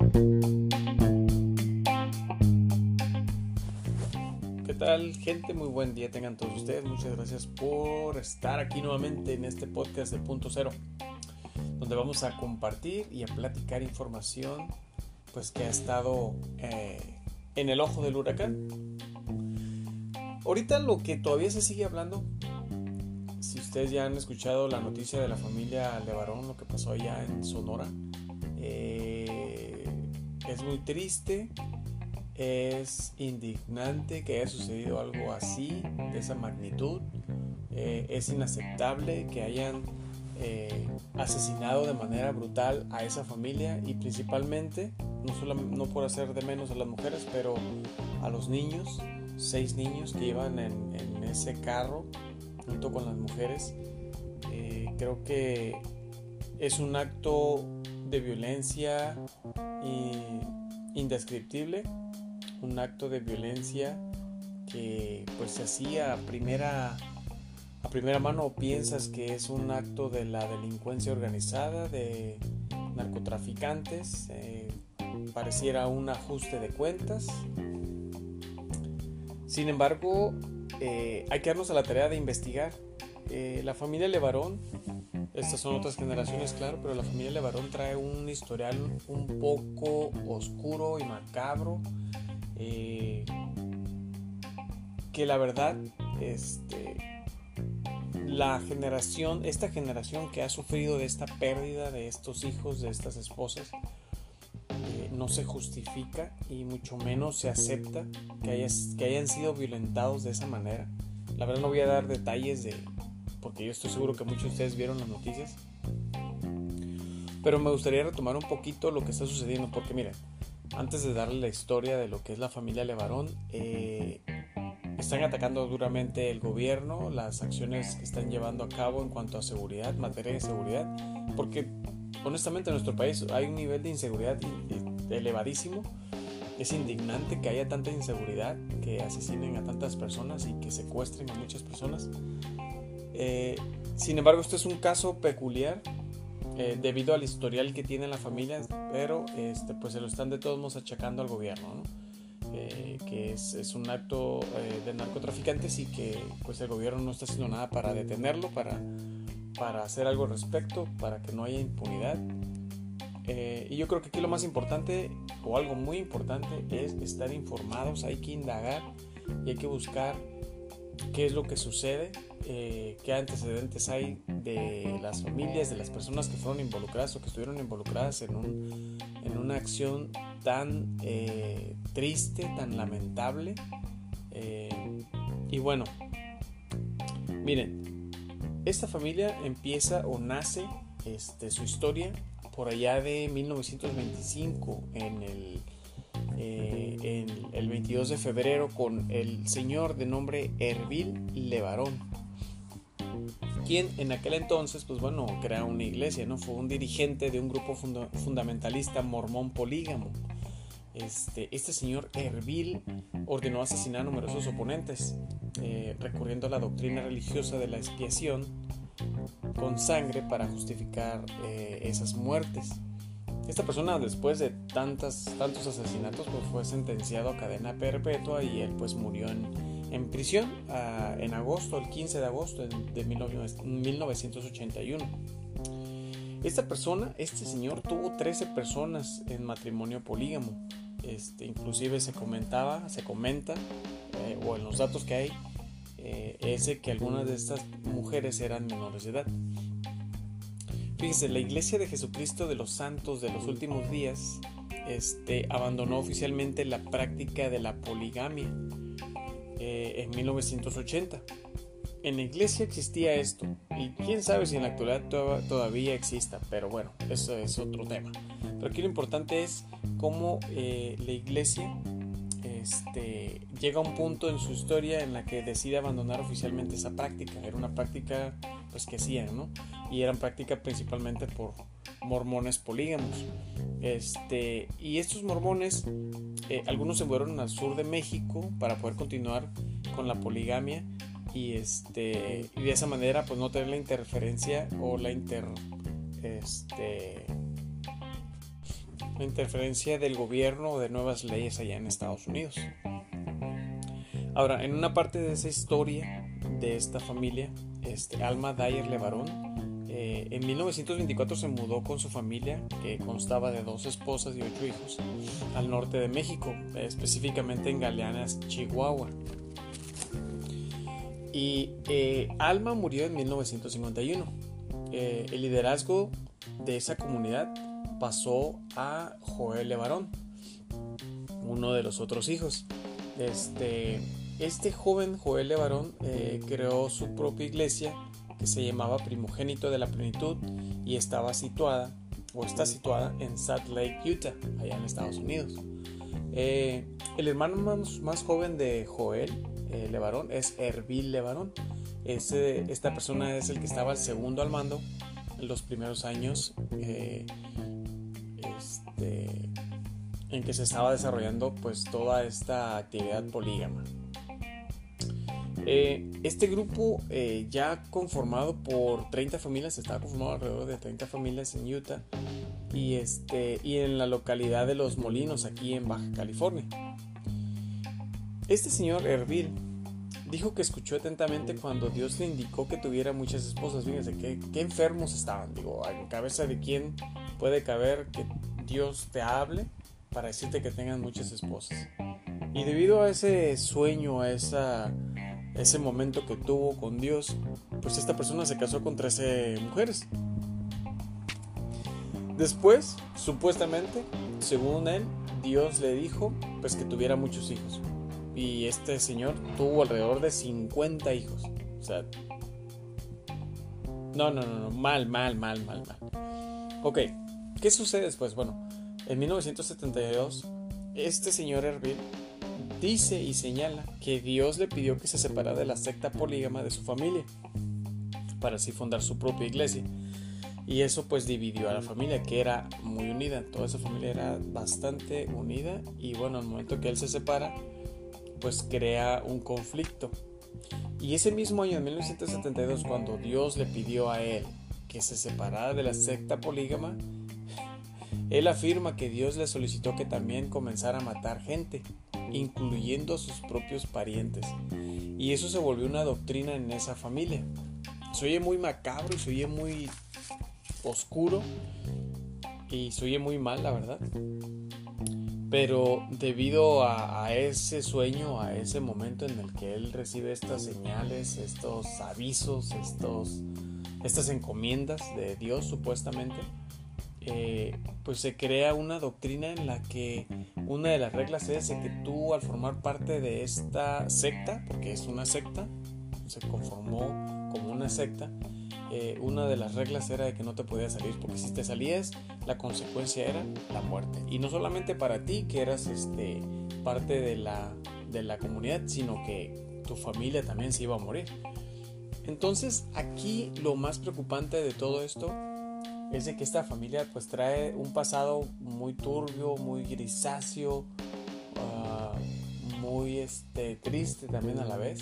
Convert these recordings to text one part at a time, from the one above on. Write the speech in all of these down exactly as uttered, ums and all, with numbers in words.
¿Qué tal, gente? Muy buen día tengan todos ustedes. Muchas gracias por estar aquí nuevamente en este podcast de Punto Cero, donde vamos a compartir y a platicar información pues que ha estado eh, en el ojo del huracán. Ahorita lo que todavía se sigue hablando, si ustedes ya han escuchado la noticia de la familia Levarón, lo que pasó allá en Sonora, eh, es muy triste. Es indignante que haya sucedido algo así, de esa magnitud. Eh, es inaceptable que hayan eh, asesinado de manera brutal a esa familia y principalmente, no, solo, no por hacer de menos a las mujeres, pero a los niños, seis niños que iban en, en ese carro junto con las mujeres. Eh, creo que es un acto de violencia indescriptible. Un acto de violencia que pues se hacía a primera, a primera mano, o piensas que es un acto de la delincuencia organizada, de narcotraficantes, eh, pareciera un ajuste de cuentas. Sin embargo, eh, hay que darnos a la tarea de investigar. Eh, la familia Levarón, estas son otras generaciones, claro, pero la familia Levarón trae un historial un poco oscuro y macabro. Eh, que la verdad este, la generación, esta generación que ha sufrido de esta pérdida de estos hijos, de estas esposas, eh, no se justifica y mucho menos se acepta que, haya, que hayan sido violentados de esa manera. La verdad no voy a dar detalles de, porque yo estoy seguro que muchos de ustedes vieron las noticias, pero me gustaría retomar un poquito lo que está sucediendo, porque miren, antes de darle la historia de lo que es la familia Levarón, eh, están atacando duramente el gobierno, las acciones que están llevando a cabo en cuanto a seguridad, materia de seguridad, porque honestamente en nuestro país hay un nivel de inseguridad elevadísimo. Es indignante que haya tanta inseguridad, que asesinen a tantas personas y que secuestren a muchas personas. Eh, sin embargo, esto es un caso peculiar. Eh, debido al historial que tiene la familia, pero este, pues se lo están de todos modos achacando al gobierno, ¿no? Eh, que es, es un acto eh, de narcotraficantes y que pues el gobierno no está haciendo nada para detenerlo, para, para hacer algo al respecto, para que no haya impunidad. Eh, y yo creo que aquí lo más importante, o algo muy importante, es estar informados. Hay que indagar y hay que buscar qué es lo que sucede, eh, qué antecedentes hay de las familias, de las personas que fueron involucradas o que estuvieron involucradas en, un, en una acción tan eh, triste, tan lamentable. Eh, y bueno, miren, esta familia empieza o nace este, su historia por allá de mil novecientos veinticinco, en el Eh, en el veintidós de febrero, con el señor de nombre Erbil Levarón, quien en aquel entonces pues bueno, crea una iglesia, ¿no? Fue un dirigente de un grupo funda- fundamentalista mormón polígamo. Este, este señor Erbil ordenó asesinar a numerosos oponentes, eh, recurriendo a la doctrina religiosa de la expiación con sangre para justificar eh, esas muertes. Esta persona, después de tantas, tantos asesinatos, pues fue sentenciado a cadena perpetua y él pues murió en, en prisión uh, en agosto, el quince de agosto de mil novecientos ochenta y uno. Esta persona, este señor, tuvo trece personas en matrimonio polígamo. Este, inclusive se comentaba, se comenta, eh, o en los datos que hay, eh, es de que algunas de estas mujeres eran menores de edad. Fíjense, la Iglesia de Jesucristo de los Santos de los Últimos Días este, abandonó oficialmente la práctica de la poligamia eh, en mil novecientos ochenta. En la iglesia existía esto, y quién sabe si en la actualidad to- todavía exista, pero bueno, eso es otro tema. Pero aquí lo importante es cómo eh, la iglesia este, llega a un punto en su historia en la que decide abandonar oficialmente esa práctica. Era una práctica pues que hacían, ¿no? Y eran práctica principalmente por mormones polígamos. Este, y estos mormones, eh, algunos se fueron al sur de México para poder continuar con la poligamia y, este, y de esa manera pues no tener la interferencia o la inter... Este, la interferencia del gobierno o de nuevas leyes allá en Estados Unidos. Ahora, en una parte de esa historia de esta familia, este, Alma Dyer LeBaron, eh, en mil novecientos veinticuatro se mudó con su familia, que constaba de dos esposas y ocho hijos, al norte de México, eh, específicamente en Galeanas, Chihuahua. Y eh, Alma murió en mil novecientos cincuenta y uno. Eh, el liderazgo de esa comunidad pasó a Joel LeBaron, uno de los otros hijos. Este, este joven Joel LeBaron eh, creó su propia iglesia que se llamaba Primogénito de la Plenitud y estaba situada o está situada en Salt Lake, Utah, allá en Estados Unidos. Eh, el hermano más, más joven de Joel eh, LeBaron es Erbil LeBaron. Ese, esta persona es el que estaba al segundo al mando en los primeros años eh, este, en que se estaba desarrollando pues toda esta actividad polígama. Eh, este grupo eh, ya conformado por treinta familias, estaba conformado alrededor de treinta familias en Utah y, este, y en la localidad de Los Molinos, aquí en Baja California. Este señor Erbil dijo que escuchó atentamente cuando Dios le indicó que tuviera muchas esposas. Fíjense qué, qué enfermos estaban. Digo, ¿en cabeza de quién puede caber que Dios te hable para decirte que tengas muchas esposas? Y debido a ese sueño, a esa, ese momento que tuvo con Dios, pues esta persona se casó con trece mujeres. Después, supuestamente, según él, Dios le dijo pues que tuviera muchos hijos. Y este señor tuvo alrededor de cincuenta hijos. O sea, no, no, no, no, mal, mal, mal, mal, mal. Ok, ¿qué sucede después? Bueno, en mil novecientos setenta y dos, este señor Erbil dice y señala que Dios le pidió que se separara de la secta polígama de su familia para así fundar su propia iglesia. Y eso pues dividió a la familia, que era muy unida. Toda esa familia era bastante unida. Y bueno, al momento que él se separa, pues crea un conflicto. Y ese mismo año, en mil novecientos setenta y dos, cuando Dios le pidió a él que se separara de la secta polígama, él afirma que Dios le solicitó que también comenzara a matar gente, incluyendo a sus propios parientes. Y eso se volvió una doctrina en esa familia. Se oye muy macabro y se oye muy oscuro y se oye muy mal, la verdad. Pero debido a, a ese sueño, a ese momento en el que él recibe estas señales, estos avisos, estos, estas encomiendas de Dios supuestamente, eh, pues se crea una doctrina en la que una de las reglas es que tú, al formar parte de esta secta, porque es una secta, se conformó como una secta, Eh, una de las reglas era de que no te podías salir, porque si te salías la consecuencia era la muerte, y no solamente para ti que eras este, parte de la, de la comunidad, sino que tu familia también se iba a morir. Entonces aquí lo más preocupante de todo esto es de que esta familia pues trae un pasado muy turbio, muy grisáceo, uh, muy este, triste también a la vez.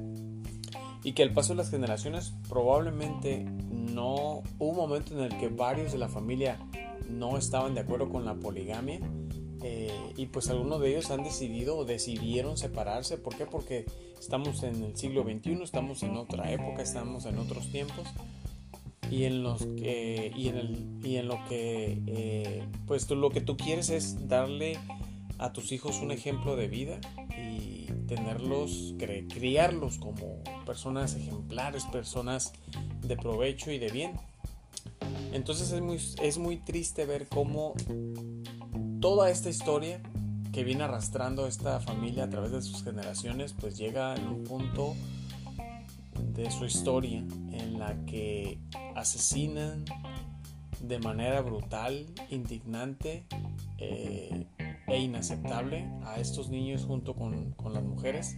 Y que al paso de las generaciones probablemente no hubo un momento en el que varios de la familia no estaban de acuerdo con la poligamia, eh, y pues algunos de ellos han decidido o decidieron separarse. ¿Por qué? Porque estamos en el siglo veintiuno, estamos en otra época, estamos en otros tiempos, y en los que y en el y en lo que eh, pues tú, lo que tú quieres es darle a tus hijos un ejemplo de vida y tenerlos, cre- criarlos como personas ejemplares, personas de provecho y de bien. Entonces es muy, es muy triste ver cómo toda esta historia que viene arrastrando esta familia a través de sus generaciones, pues llega a un punto de su historia en la que asesinan de manera brutal, indignante, eh, e inaceptable a estos niños junto con, con las mujeres,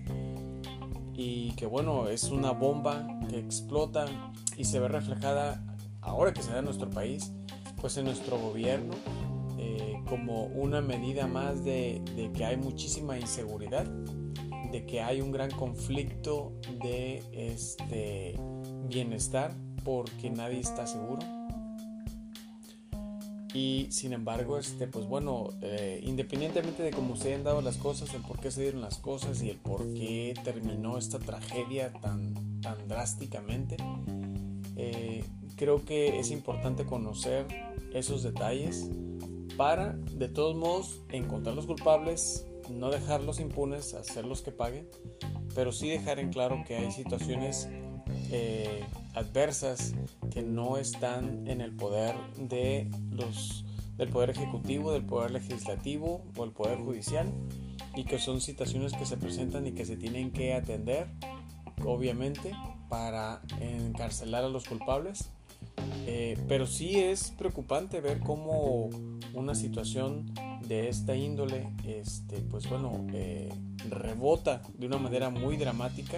y que bueno, es una bomba que explota y se ve reflejada ahora que se da en nuestro país, pues en nuestro gobierno, eh, como una medida más de, de que hay muchísima inseguridad, de que hay un gran conflicto de este bienestar porque nadie está seguro. Y sin embargo, este, pues bueno, eh, independientemente de cómo se hayan dado las cosas, el por qué se dieron las cosas y el por qué terminó esta tragedia tan, tan drásticamente, eh, creo que es importante conocer esos detalles para, de todos modos, encontrar los culpables, no dejarlos impunes, hacerlos que paguen, pero sí dejar en claro que hay situaciones eh, adversas que no están en el poder de los, del poder ejecutivo, del poder legislativo o el poder judicial, y que son situaciones que se presentan y que se tienen que atender, obviamente, para encarcelar a los culpables. Eh, pero sí es preocupante ver cómo una situación de esta índole, este, pues bueno, eh, rebota de una manera muy dramática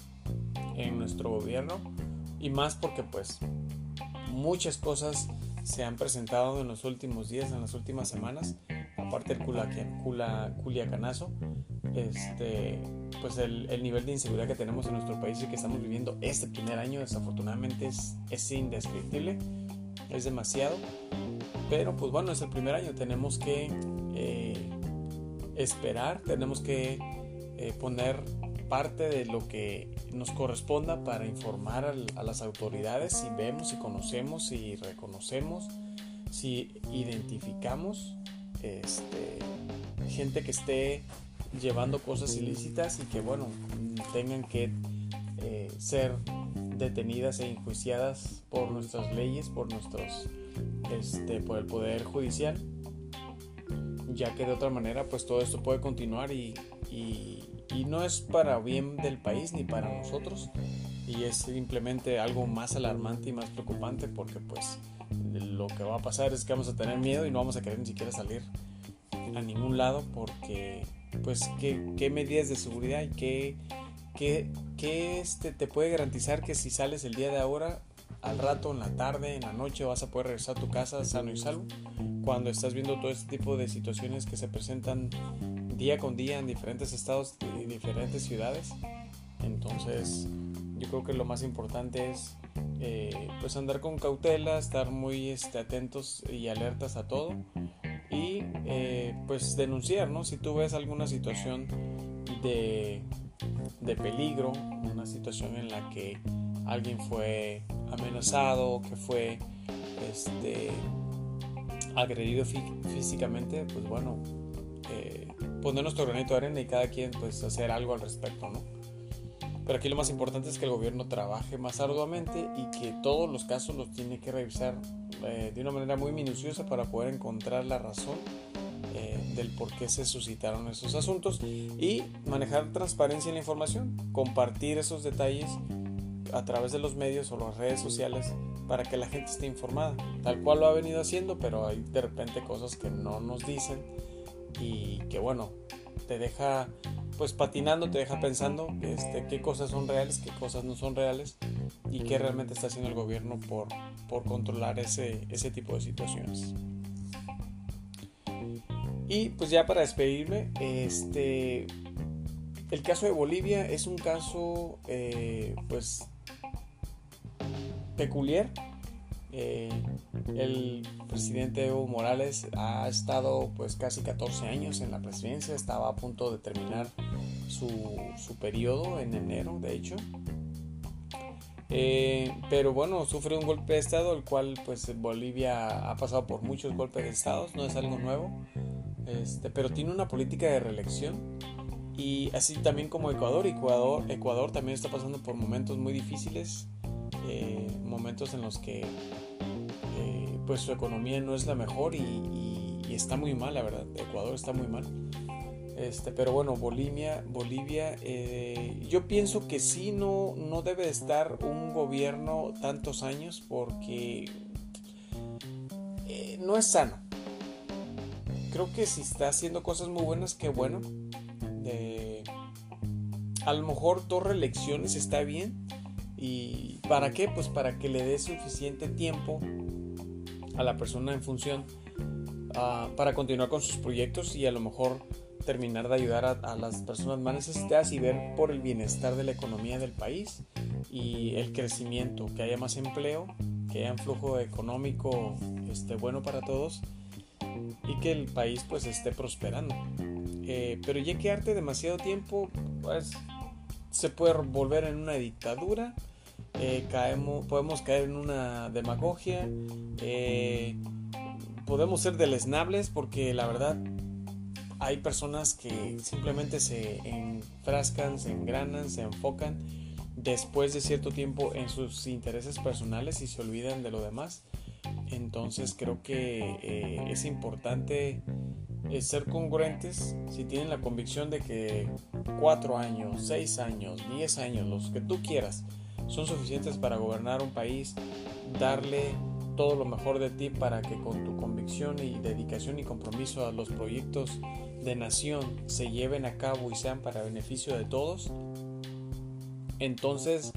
en nuestro gobierno, y más porque pues muchas cosas se han presentado en los últimos días, en las últimas semanas, aparte del cula, culiacanazo, este, pues el, el nivel de inseguridad que tenemos en nuestro país y que estamos viviendo este primer año, desafortunadamente es, es indescriptible, es demasiado, pero pues bueno, es el primer año, tenemos que eh, esperar, tenemos que eh, poner parte de lo que nos corresponda para informar a, a las autoridades si vemos, si conocemos, si reconocemos, si identificamos este, gente que esté llevando cosas ilícitas y que bueno, tengan que eh, ser detenidas e enjuiciadas por nuestras leyes, por nuestros este, por el poder judicial, ya que de otra manera pues todo esto puede continuar y, y, y no es para bien del país ni para nosotros, y es simplemente algo más alarmante y más preocupante, porque pues lo que va a pasar es que vamos a tener miedo y no vamos a querer ni siquiera salir a ningún lado, porque pues qué, qué medidas de seguridad y qué, qué, qué este, te puede garantizar que si sales el día de ahora, al rato, en la tarde, en la noche, vas a poder regresar a tu casa sano y salvo, cuando estás viendo todo este tipo de situaciones que se presentan día con día en diferentes estados y diferentes ciudades. Entonces yo creo que lo más importante es eh, pues andar con cautela, estar muy este, atentos y alertas a todo, y eh, pues denunciar, ¿no? Si tú ves alguna situación de, de peligro, una situación en la que alguien fue amenazado, que fue este, agredido fí- físicamente, pues bueno, eh, poner nuestro granito de arena y cada quien pues hacer algo al respecto, ¿no? Pero aquí lo más importante es que el gobierno trabaje más arduamente y que todos los casos los tiene que revisar eh, de una manera muy minuciosa para poder encontrar la razón eh, del por qué se suscitaron esos asuntos, y manejar transparencia en la información, compartir esos detalles a través de los medios o las redes sociales para que la gente esté informada, tal cual lo ha venido haciendo, pero hay de repente cosas que no nos dicen y que bueno, te deja pues patinando, te deja pensando este, qué cosas son reales, qué cosas no son reales, y qué realmente está haciendo el gobierno por, por controlar ese, ese tipo de situaciones. Y pues ya para despedirme, este, el caso de Bolivia es un caso eh, pues peculiar. Eh, el presidente Evo Morales ha estado pues casi catorce años en la presidencia, estaba a punto de terminar su, su periodo en enero, de hecho, eh, pero bueno, sufre un golpe de estado, el cual pues Bolivia ha pasado por muchos golpes de estado, no es algo nuevo, este, pero tiene una política de reelección, y así también como Ecuador, Ecuador, Ecuador también está pasando por momentos muy difíciles, eh, momentos en los que eh, pues su economía no es la mejor y, y, y está muy mal, la verdad. Ecuador está muy mal, este, pero bueno, Bolivia, Bolivia eh, yo pienso que sí, no, no debe de estar un gobierno tantos años, porque eh, no es sano. Creo que si está haciendo cosas muy buenas, qué bueno. Eh, a lo mejor dos reelecciones está bien. ¿Y para qué? Pues para que le dé suficiente tiempo a la persona en función uh, para continuar con sus proyectos y a lo mejor terminar de ayudar a, a las personas más necesitadas y ver por el bienestar de la economía del país y el crecimiento, que haya más empleo, que que haya un flujo económico este, bueno para todos y que el país pues esté prosperando. Eh, pero ya quedarte demasiado tiempo, pues se puede volver en una dictadura, eh, caemos, podemos caer en una demagogia, eh, podemos ser deleznables porque la verdad hay personas que simplemente se enfrascan, se engranan, se enfocan después de cierto tiempo en sus intereses personales y se olvidan de lo demás. Entonces creo que eh, es importante eh, ser congruentes. Si tienen la convicción de que cuatro años, seis años, diez años, los que tú quieras, son suficientes para gobernar un país, darle todo lo mejor de ti para que con tu convicción y dedicación y compromiso a los proyectos de nación se lleven a cabo y sean para beneficio de todos, entonces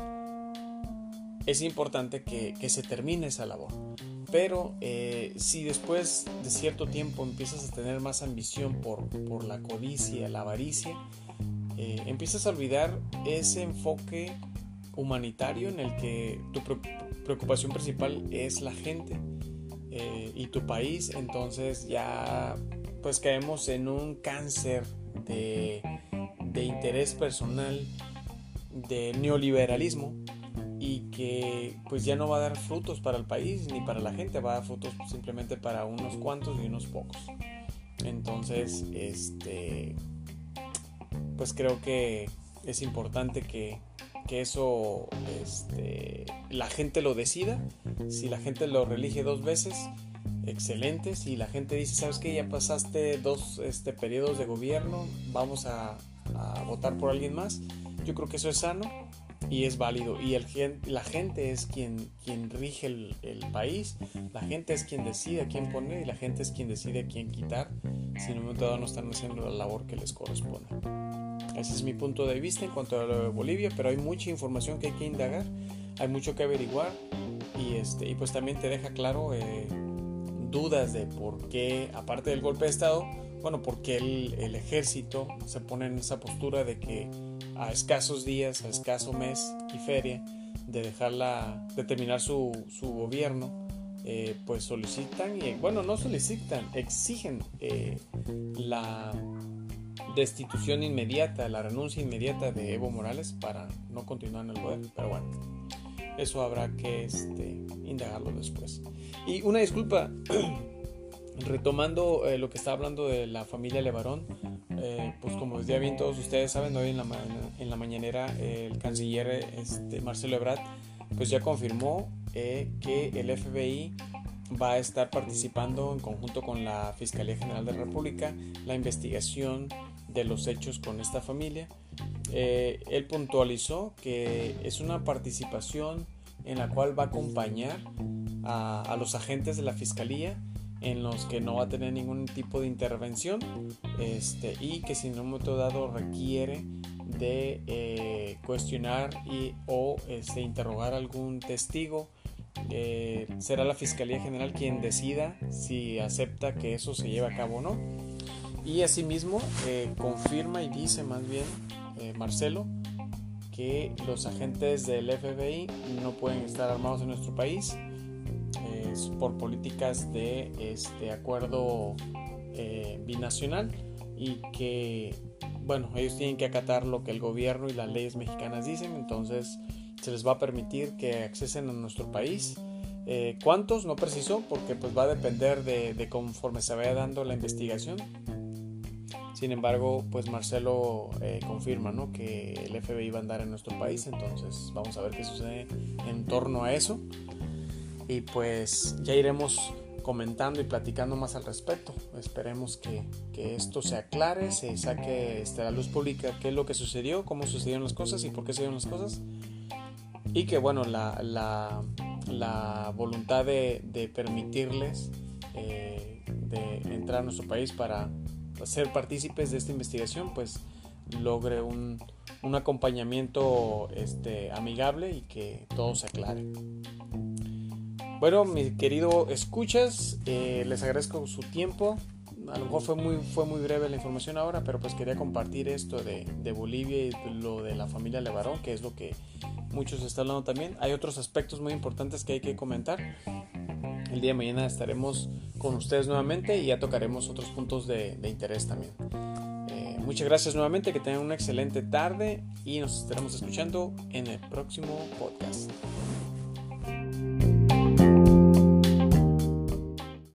es importante que, que se termine esa labor. Pero eh, si después de cierto tiempo empiezas a tener más ambición por, por la codicia, la avaricia, eh, empiezas a olvidar ese enfoque humanitario en el que tu preocupación principal es la gente eh, y tu país. Entonces ya pues caemos en un cáncer de, de interés personal, de neoliberalismo, y que pues ya no va a dar frutos para el país ni para la gente, va a dar frutos simplemente para unos cuantos y unos pocos. Entonces este pues creo que es importante que, que eso este, la gente lo decida. Si la gente lo reelige dos veces, excelente. Si la gente dice, sabes que ya pasaste dos este, periodos de gobierno, vamos a, a votar por alguien más, yo creo que eso es sano y es válido, y el, la gente es quien, quien rige el, el país, la gente es quien decide a quién poner y la gente es quien decide a quién quitar si en un momento dado no están haciendo la labor que les corresponde. Ese es mi punto de vista en cuanto a lo de Bolivia, pero hay mucha información que hay que indagar, hay mucho que averiguar, y, este, y pues también te deja claro eh, dudas de por qué, aparte del golpe de estado, bueno, por qué el, el ejército se pone en esa postura de que a escasos días, a escaso mes y feria de dejarla, de terminar su, su gobierno, eh, pues solicitan, y bueno, no solicitan, exigen eh, la destitución inmediata, la renuncia inmediata de Evo Morales para no continuar en el poder. Pero bueno, eso habrá que este, indagarlo después. Y una disculpa, retomando eh, lo que estaba hablando de la familia Levarón, eh, pues como ya bien todos ustedes saben, hoy en la, ma- en la mañanera eh, el canciller este, Marcelo Ebrard pues ya confirmó eh, que el F B I va a estar participando en conjunto con la Fiscalía General de la República la investigación de los hechos con esta familia. Eh, él puntualizó que es una participación en la cual va a acompañar a, a los agentes de la Fiscalía, en los que no va a tener ningún tipo de intervención, este, y que si en un momento dado requiere de eh, cuestionar y, o este, interrogar algún testigo, eh, será la Fiscalía General quien decida si acepta que eso se lleve a cabo o no. Y asimismo eh, confirma y dice más bien eh, Marcelo que los agentes del F B I no pueden estar armados en nuestro país eh, por políticas de este acuerdo eh, binacional, y que bueno, ellos tienen que acatar lo que el gobierno y las leyes mexicanas dicen. Entonces se les va a permitir que accesen a nuestro país. Eh, ¿Cuántos? No precisó, porque pues va a depender de, de conforme se vaya dando la investigación. Sin embargo, pues Marcelo eh, confirma, ¿no?, que el F B I va a andar en nuestro país. Entonces vamos a ver qué sucede en torno a eso, y pues ya iremos comentando y platicando más al respecto. Esperemos que, que esto se aclare, se saque este, a la luz pública qué es lo que sucedió, cómo sucedieron las cosas y por qué se dieron las cosas, y que bueno, la, la, la voluntad de, de permitirles eh, de entrar a nuestro país para ser partícipes de esta investigación pues logre un, un acompañamiento este, amigable, y que todo se aclare. Bueno, mi querido escuchas, eh, les agradezco su tiempo. A lo mejor fue muy, fue muy breve la información ahora, pero pues quería compartir esto de, de Bolivia y lo de la familia Levarón, que es lo que mucho se está hablando también. Hay otros aspectos muy importantes que hay que comentar. El día de mañana estaremos con ustedes nuevamente y ya tocaremos otros puntos de, de interés también. Eh, muchas gracias nuevamente, que tengan una excelente tarde y nos estaremos escuchando en el próximo podcast.